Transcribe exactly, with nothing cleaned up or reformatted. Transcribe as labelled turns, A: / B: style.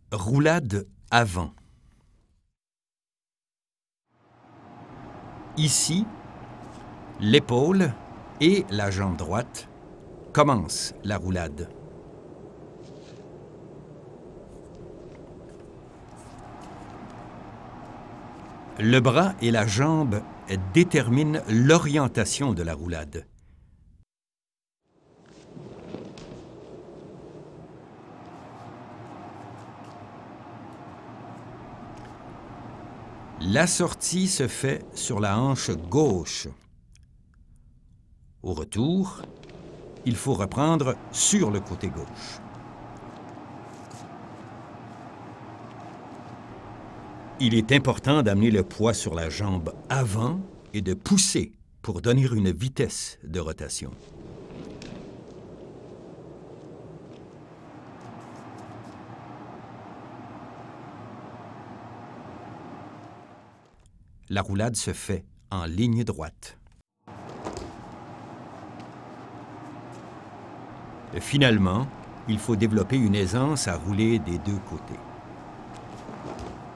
A: Roulade avant. Ici, l'épaule et la jambe droite commencent la roulade. Le bras et la jambe déterminent l'orientation de la roulade. La sortie se fait sur la hanche gauche. Au retour, il faut reprendre sur le côté gauche. Il est important d'amener le poids sur la jambe avant et de pousser pour donner une vitesse de rotation. La roulade se fait en ligne droite. Finalement, il faut développer une aisance à rouler des deux côtés.